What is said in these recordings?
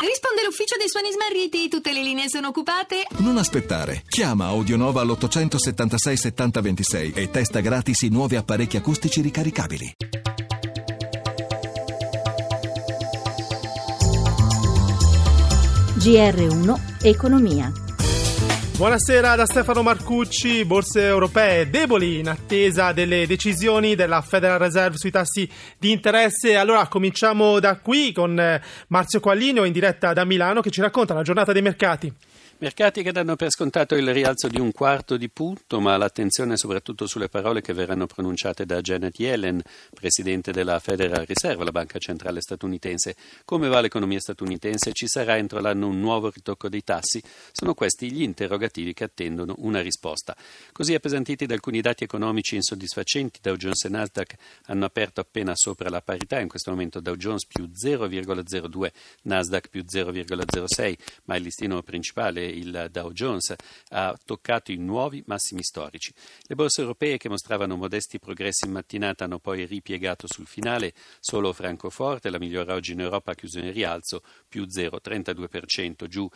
Risponde l'ufficio dei suoni smarriti, tutte le linee sono occupate. Non aspettare, chiama Audionova all'876 70 26 e testa gratis i nuovi apparecchi acustici ricaricabili. GR1 Economia. Buonasera da Stefano Marcucci. Borse europee deboli in attesa delle decisioni della Federal Reserve sui tassi di interesse. Allora cominciamo da qui con Marzio Quallino in diretta da Milano che ci racconta la giornata dei mercati. Mercati che danno per scontato il rialzo di 1/4 di punto, ma l'attenzione soprattutto sulle parole che verranno pronunciate da Janet Yellen, presidente della Federal Reserve, la banca centrale statunitense. Come va l'economia statunitense? Ci sarà entro l'anno un nuovo ritocco dei tassi? Sono questi gli interrogativi che attendono una risposta. Così appesantiti da alcuni dati economici insoddisfacenti, Dow Jones e Nasdaq hanno aperto appena sopra la parità. In questo momento Dow Jones più 0,02, Nasdaq più 0,06, ma il listino principale, il Dow Jones, ha toccato i nuovi massimi storici. Le borse europee che mostravano modesti progressi in mattinata hanno poi ripiegato sul finale. Solo Francoforte, la migliore oggi in Europa, ha chiuso in rialzo, più 0,32%, giù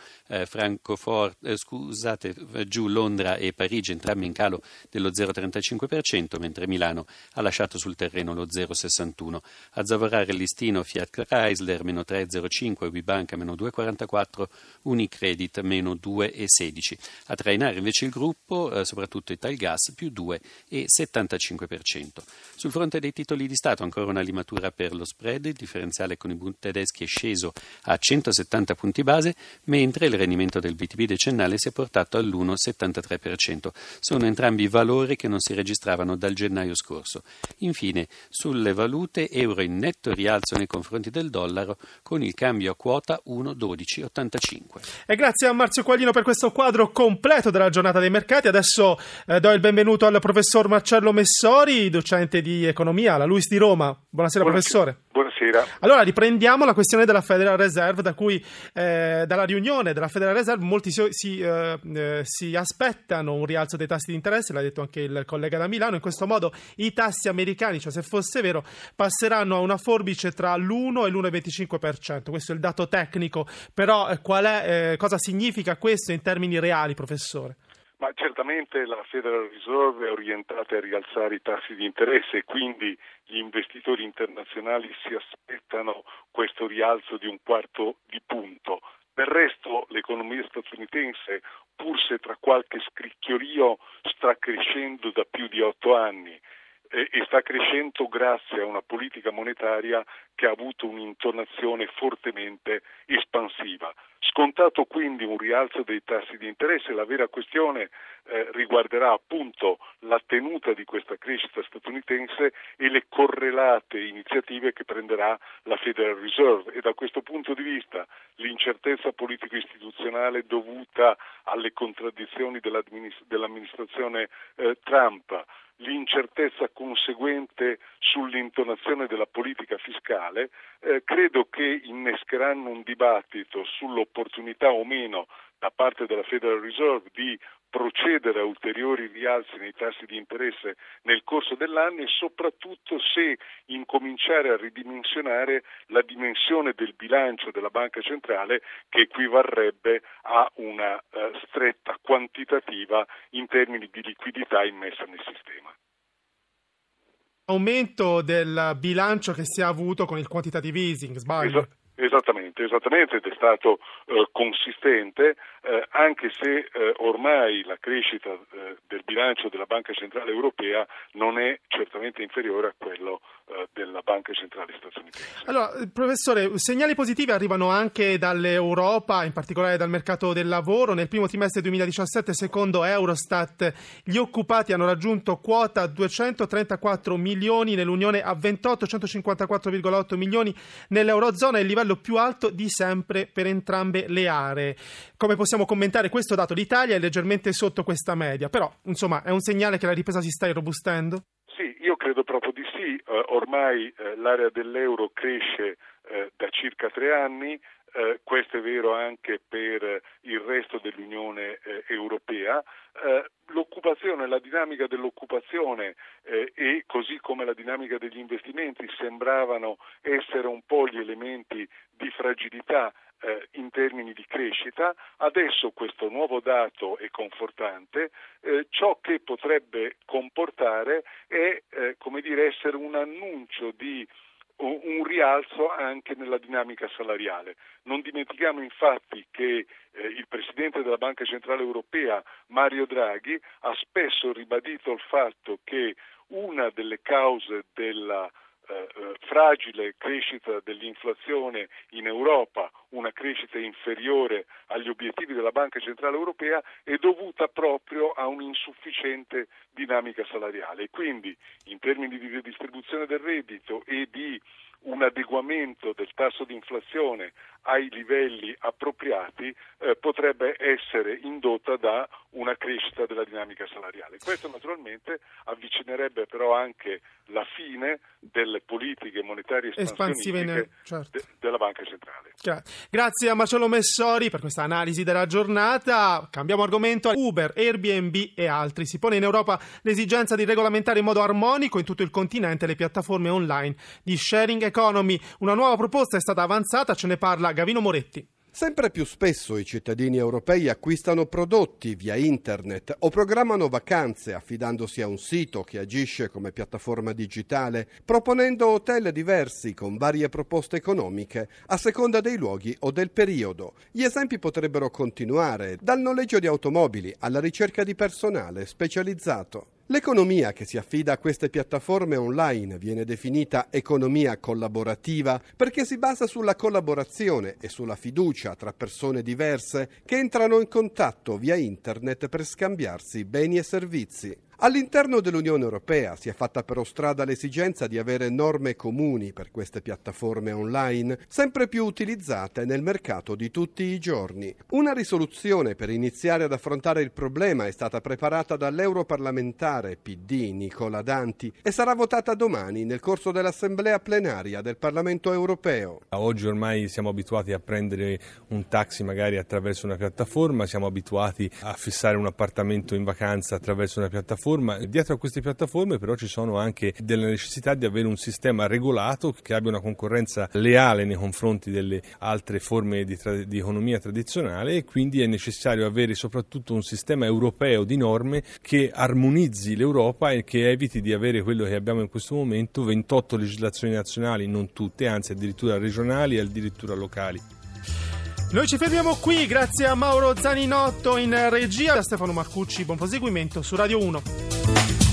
giù Londra e Parigi, entrambi in calo dello 0,35%, mentre Milano ha lasciato sul terreno lo 0,61%. A zavorare il listino Fiat Chrysler meno 3,05%, Wibanca meno 2,44%, Unicredit meno 2,16%. A trainare invece il gruppo, soprattutto Italgas, più 2,75%. Sul fronte dei titoli di Stato ancora una limatura per lo spread, il differenziale con i Bund tedeschi è sceso a 170 punti base, mentre il rendimento del BTP decennale si è portato all'1,73%. Sono entrambi valori che non si registravano dal gennaio scorso. Infine, sulle valute, euro in netto rialzo nei confronti del dollaro con il cambio a quota 1,1285. E grazie a Marzio Quaglino per questo quadro completo della giornata dei mercati. Adesso do il benvenuto al professor Marcello Messori, docente di economia alla LUISS di Roma. Buonasera professore. Buonasera. Allora riprendiamo la questione della Federal Reserve, da cui dalla riunione della Federal Reserve molti si aspettano un rialzo dei tassi di interesse, l'ha detto anche il collega da Milano. In questo modo i tassi americani, cioè se fosse vero, passeranno a una forbice tra l'1 e l'1,25%. Questo è il dato tecnico, però cosa significa questo in termini reali, professore? Ma certamente la Federal Reserve è orientata a rialzare i tassi di interesse e quindi gli investitori internazionali si aspettano questo rialzo di 1/4 di punto. Del resto l'economia statunitense, pur se tra qualche scricchiolio, sta crescendo da più di 8 anni e sta crescendo grazie a una politica monetaria che ha avuto un'intonazione fortemente espansiva. Scontato quindi un rialzo dei tassi di interesse, la vera questione riguarderà appunto la tenuta di questa crescita statunitense e le correlate iniziative che prenderà la Federal Reserve, e da questo punto di vista l'incertezza politico-istituzionale dovuta alle contraddizioni dell'amministrazione Trump, l'incertezza conseguente sull'intonazione della politica fiscale, credo che innescheranno un dibattito sull'opportunità o meno da parte della Federal Reserve di procedere a ulteriori rialzi nei tassi di interesse nel corso dell'anno e soprattutto se incominciare a ridimensionare la dimensione del bilancio della banca centrale, che equivarrebbe a una stretta quantitativa in termini di liquidità immessa nel sistema. Aumento del bilancio che si è avuto con il quantitative easing, sbaglio? Esattamente, ed è stato consistente, anche se ormai la crescita del bilancio della Banca Centrale Europea non è certamente inferiore a quello della Banca Centrale statunitense. Allora, professore, segnali positivi arrivano anche dall'Europa, in particolare dal mercato del lavoro. Nel primo trimestre 2017, secondo Eurostat, gli occupati hanno raggiunto quota 234 milioni nell'Unione, a 28, 154,8 milioni nell'Eurozona, il livello più alto di sempre per entrambe le aree. Come possiamo commentare questo dato? L'Italia è leggermente sotto questa media, però insomma è un segnale che la ripresa si sta irrobustendo? Sì, io credo proprio di sì. Ormai l'area dell'euro cresce da circa 3 anni, questo è vero anche per il resto dell'Unione Europea. L'occupazione, la dinamica dell'occupazione e così come la dinamica degli investimenti sembravano essere un po' gli elementi di fragilità in termini di crescita. Adesso questo nuovo dato è confortante, ciò che potrebbe comportare è essere un annuncio di un rialzo anche nella dinamica salariale. Non dimentichiamo infatti che il Presidente della Banca Centrale Europea, Mario Draghi, ha spesso ribadito il fatto che una delle cause della fragile crescita dell'inflazione in Europa, una crescita inferiore agli obiettivi della Banca Centrale Europea, è dovuta proprio a un'insufficiente dinamica salariale. Quindi, in termini di redistribuzione del reddito e di un adeguamento del tasso di inflazione ai livelli appropriati, potrebbe essere indotta da una crescita della dinamica salariale. Questo naturalmente avvicinerebbe però anche la fine delle politiche monetarie espansionistiche della Banca Centrale. Grazie a Marcello Messori per questa analisi della giornata. Cambiamo argomento. Uber, Airbnb e altri. Si pone in Europa l'esigenza di regolamentare in modo armonico in tutto il continente le piattaforme online di sharing economy. Una nuova proposta è stata avanzata, ce ne parla Gavino Moretti. Sempre più spesso i cittadini europei acquistano prodotti via internet o programmano vacanze affidandosi a un sito che agisce come piattaforma digitale, proponendo hotel diversi con varie proposte economiche a seconda dei luoghi o del periodo. Gli esempi potrebbero continuare, dal noleggio di automobili alla ricerca di personale specializzato. L'economia che si affida a queste piattaforme online viene definita economia collaborativa perché si basa sulla collaborazione e sulla fiducia tra persone diverse che entrano in contatto via internet per scambiarsi beni e servizi. All'interno dell'Unione Europea si è fatta però strada l'esigenza di avere norme comuni per queste piattaforme online, sempre più utilizzate nel mercato di tutti i giorni. Una risoluzione per iniziare ad affrontare il problema è stata preparata dall'europarlamentare PD Nicola Danti e sarà votata domani nel corso dell'assemblea plenaria del Parlamento europeo. Oggi ormai siamo abituati a prendere un taxi magari attraverso una piattaforma, siamo abituati a fissare un appartamento in vacanza attraverso una piattaforma. Dietro a queste piattaforme però ci sono anche delle necessità di avere un sistema regolato che abbia una concorrenza leale nei confronti delle altre forme di economia tradizionale, e quindi è necessario avere soprattutto un sistema europeo di norme che armonizzi l'Europa e che eviti di avere quello che abbiamo in questo momento, 28 legislazioni nazionali, non tutte, anzi addirittura regionali e addirittura locali. Noi ci fermiamo qui, grazie a Mauro Zaninotto in regia, a Stefano Marcucci, buon proseguimento su Radio 1.